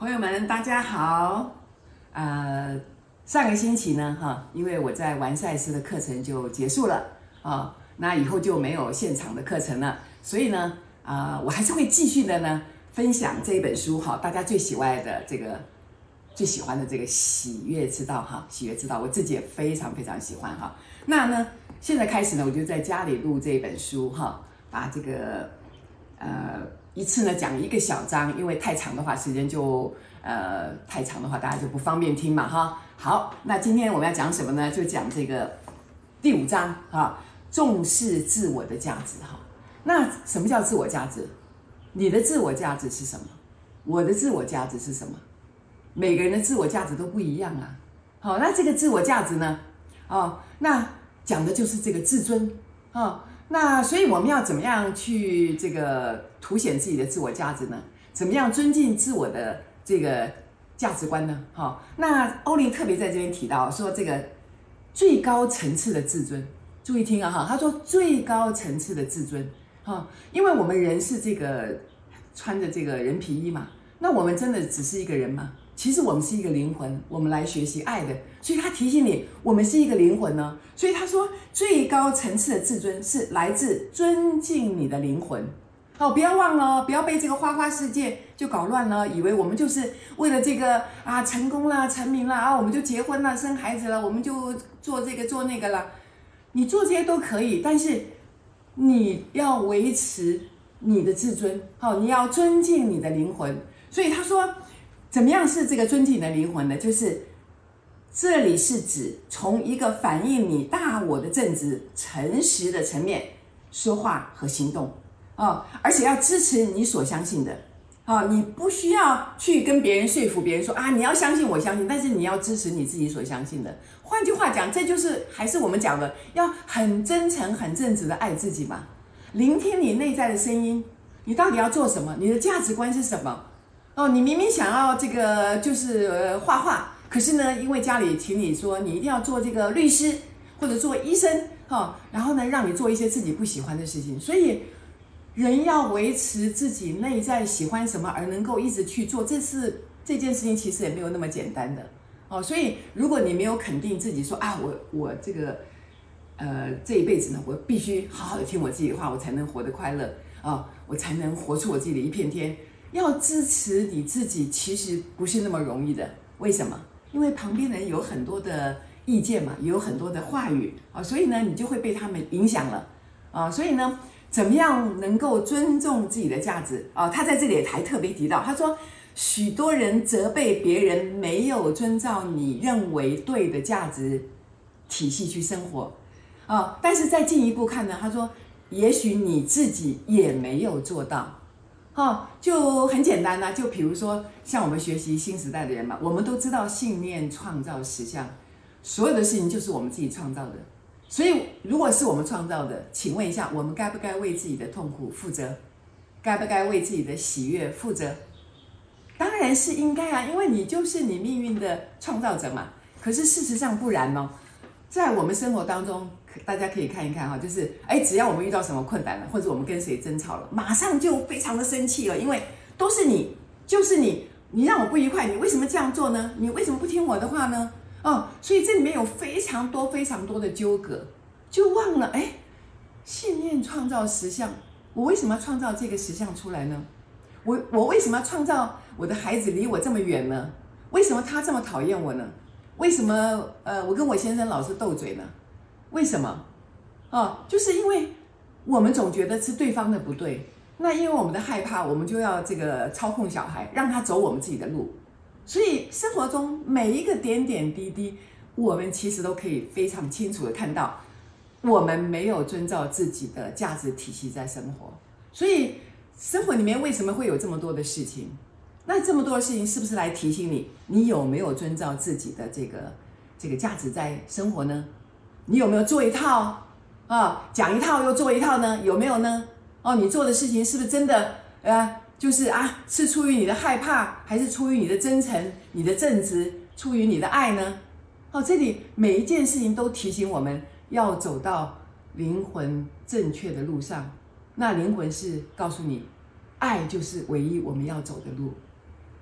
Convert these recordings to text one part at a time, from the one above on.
朋友们，大家好。上个星期呢，因为我在完赛斯的课程就结束了啊，那以后就没有现场的课程了，所以呢，我还是会继续的呢分享这一本书哈，大家最喜欢的这个喜悦之道哈，喜悦之道，我自己也非常非常喜欢哈。那呢，现在开始呢，我就在家里录这一本书哈，把这个一次呢讲一个小章，因为太长的话时间就太长的话大家就不方便听嘛哈。好，那今天我们要讲什么呢？就讲这个第5章哈，重视自我的价值哈。那什么叫自我价值？你的自我价值是什么？我的自我价值是什么？每个人的自我价值都不一样啊。好，那这个自我价值呢？那讲的就是这个自尊啊。那所以我们要怎么样去这个凸显自己的自我价值呢？怎么样尊敬自我的这个价值观呢？那欧林特别在这边提到说，这个最高层次的自尊，注意听啊他说最高层次的自尊因为我们人是这个穿着这个人皮衣嘛，那我们真的只是一个人吗？其实我们是一个灵魂，我们来学习爱的，所以他提醒你，我们是一个灵魂呢。所以他说，最高层次的自尊是来自尊敬你的灵魂。不要忘了，不要被这个花花世界就搞乱了，以为我们就是为了这个成功啦、成名啦我们就结婚啦、生孩子了，我们就做这个做那个了。你做这些都可以，但是你要维持你的自尊，你要尊敬你的灵魂。所以他说，怎么样是这个尊敬你的灵魂呢？就是这里是指从一个反映你大我的正直、诚实的层面说话和行动而且要支持你所相信的你不需要去跟别人说服别人说你要相信我相信，但是你要支持你自己所相信的。换句话讲，这就是还是我们讲的，要很真诚、很正直的爱自己嘛。聆听你内在的声音，你到底要做什么？你的价值观是什么？你明明想要这个就是画画，可是呢，因为家里请你说你一定要做这个律师或者做医生然后呢，让你做一些自己不喜欢的事情。所以人要维持自己内在喜欢什么而能够一直去做，这件事情其实也没有那么简单的所以如果你没有肯定自己说我这个这一辈子呢，我必须好好的听我自己的话，我才能活得快乐我才能活出我自己的一片天。要支持你自己其实不是那么容易的。为什么？因为旁边人有很多的意见嘛，也有很多的话语所以呢你就会被他们影响了所以呢，怎么样能够尊重自己的价值他在这里还特别提到，他说许多人责备别人没有遵照你认为对的价值体系去生活但是再进一步看呢，他说也许你自己也没有做到就很简单就比如说像我们学习新时代的人嘛，我们都知道信念创造实相，所有的事情就是我们自己创造的。所以如果是我们创造的，请问一下，我们该不该为自己的痛苦负责？该不该为自己的喜悦负责？当然是应该因为你就是你命运的创造者嘛。可是事实上不然在我们生活当中，大家可以看一看就是只要我们遇到什么困难了，或者我们跟谁争吵了，马上就非常的生气了，因为都是你，就是你让我不愉快，你为什么这样做呢？你为什么不听我的话呢？所以这里面有非常多非常多的纠葛，就忘了信念创造实相，我为什么要创造这个实相出来呢？我为什么要创造我的孩子离我这么远呢？为什么他这么讨厌我呢？为什么我跟我先生老是斗嘴呢？为什么就是因为我们总觉得是对方的不对，那因为我们的害怕，我们就要这个操控小孩，让他走我们自己的路。所以生活中每一个点点滴滴，我们其实都可以非常清楚的看到，我们没有遵照自己的价值体系在生活。所以生活里面为什么会有这么多的事情？那这么多的事情是不是来提醒你，你有没有遵照自己的这个价值在生活呢？你有没有做一套讲一套又做一套呢？有没有呢？你做的事情是不是真的就是是出于你的害怕，还是出于你的真诚、你的正直，出于你的爱呢？这里每一件事情都提醒我们要走到灵魂正确的路上。那灵魂是告诉你，爱就是唯一我们要走的路。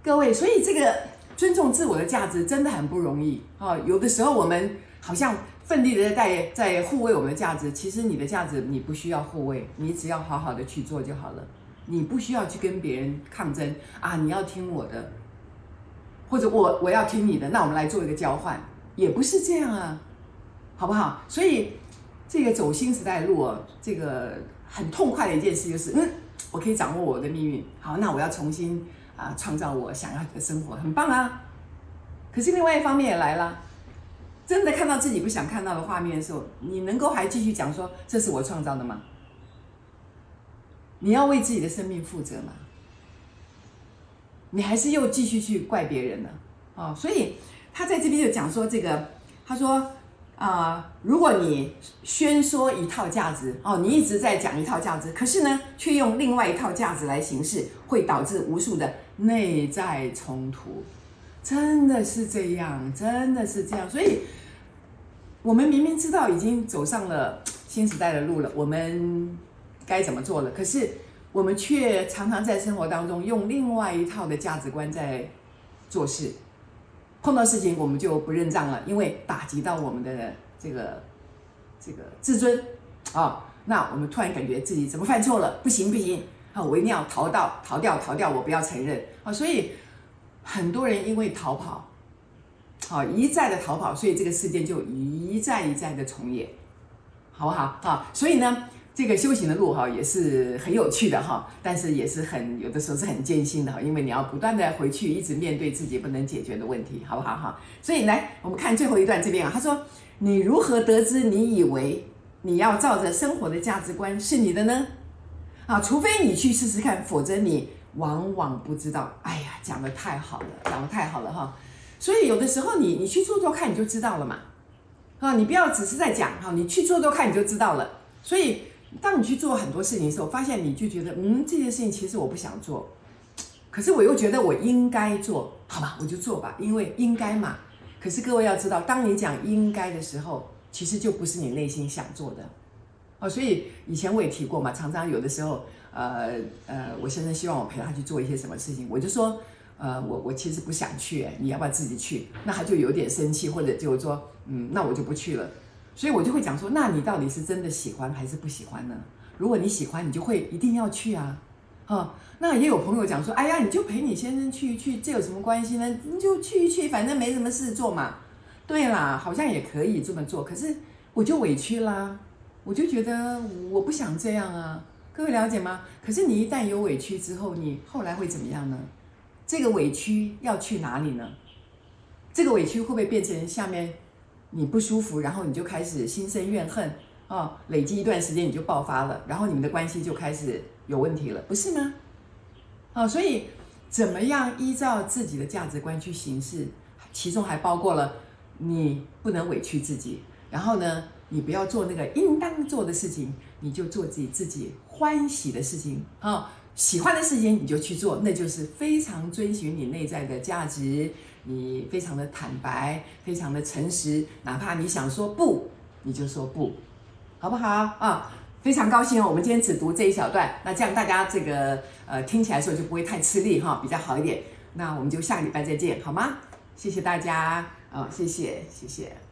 各位，所以这个尊重自我的价值真的很不容易啊！有的时候我们好像奋力的在护卫我们的价值，其实你的价值你不需要护卫，你只要好好的去做就好了。你不需要去跟别人抗争啊！你要听我的，或者我要听你的，那我们来做一个交换，也不是这样啊，好不好？所以这个走新时代的路哦，这个很痛快的一件事就是，我可以掌握我的命运。好，那我要重新创造我想要的生活，很棒啊！可是另外一方面也来了，真的看到自己不想看到的画面的时候，你能够还继续讲说这是我创造的吗？你要为自己的生命负责吗？你还是又继续去怪别人呢？所以他在这边就讲说这个，他说如果你宣说一套价值你一直在讲一套价值，可是呢，却用另外一套价值来行事，会导致无数的内在冲突。真的是这样，真的是这样。所以我们明明知道已经走上了新时代的路了，我们该怎么做了，可是我们却常常在生活当中用另外一套的价值观在做事，碰到事情我们就不认账了，因为打击到我们的这个自尊那我们突然感觉自己怎么犯错了，不行我一定要逃掉，我不要承认所以很多人因为逃跑一再的逃跑，所以这个事件就一再的重演，好不好所以呢，这个修行的路也是很有趣的但是也是有的时候是很艰辛的因为你要不断的回去一直面对自己不能解决的问题，好不好所以来我们看最后一段这边他说，你如何得知你以为你要照着生活的价值观是你的呢？除非你去试试看，否则你往往不知道。哎呀，讲得太好了所以有的时候你去做做看你就知道了嘛你不要只是在讲你去做做看你就知道了。所以当你去做很多事情的时候，发现你就觉得这件事情其实我不想做，可是我又觉得我应该做，好吧，我就做吧，因为应该嘛。可是各位要知道，当你讲应该的时候，其实就不是你内心想做的所以以前我也提过嘛，常常有的时候我先生希望我陪他去做一些什么事情，我就说我其实不想去你要不要自己去？那他就有点生气，或者就说那我就不去了。所以我就会讲说，那你到底是真的喜欢还是不喜欢呢？如果你喜欢，你就会一定要去那也有朋友讲说，哎呀，你就陪你先生去，这有什么关系呢？你就去一去，反正没什么事做嘛。对啦，好像也可以这么做，可是我就委屈啦，我就觉得我不想这样啊。各位了解吗？可是你一旦有委屈之后，你后来会怎么样呢？这个委屈要去哪里呢？这个委屈会不会变成下面你不舒服，然后你就开始心生怨恨累积一段时间你就爆发了，然后你们的关系就开始有问题了，不是吗？所以怎么样依照自己的价值观去行事，其中还包括了你不能委屈自己，然后呢，你不要做那个应当做的事情，你就做自己欢喜的事情喜欢的事情你就去做，那就是非常遵循你内在的价值，你非常的坦白，非常的诚实，哪怕你想说不，你就说不，好不好非常高兴我们今天只读这一小段，那这样大家这个听起来的时候就不会太吃力比较好一点。那我们就下个礼拜再见，好吗？谢谢大家谢谢。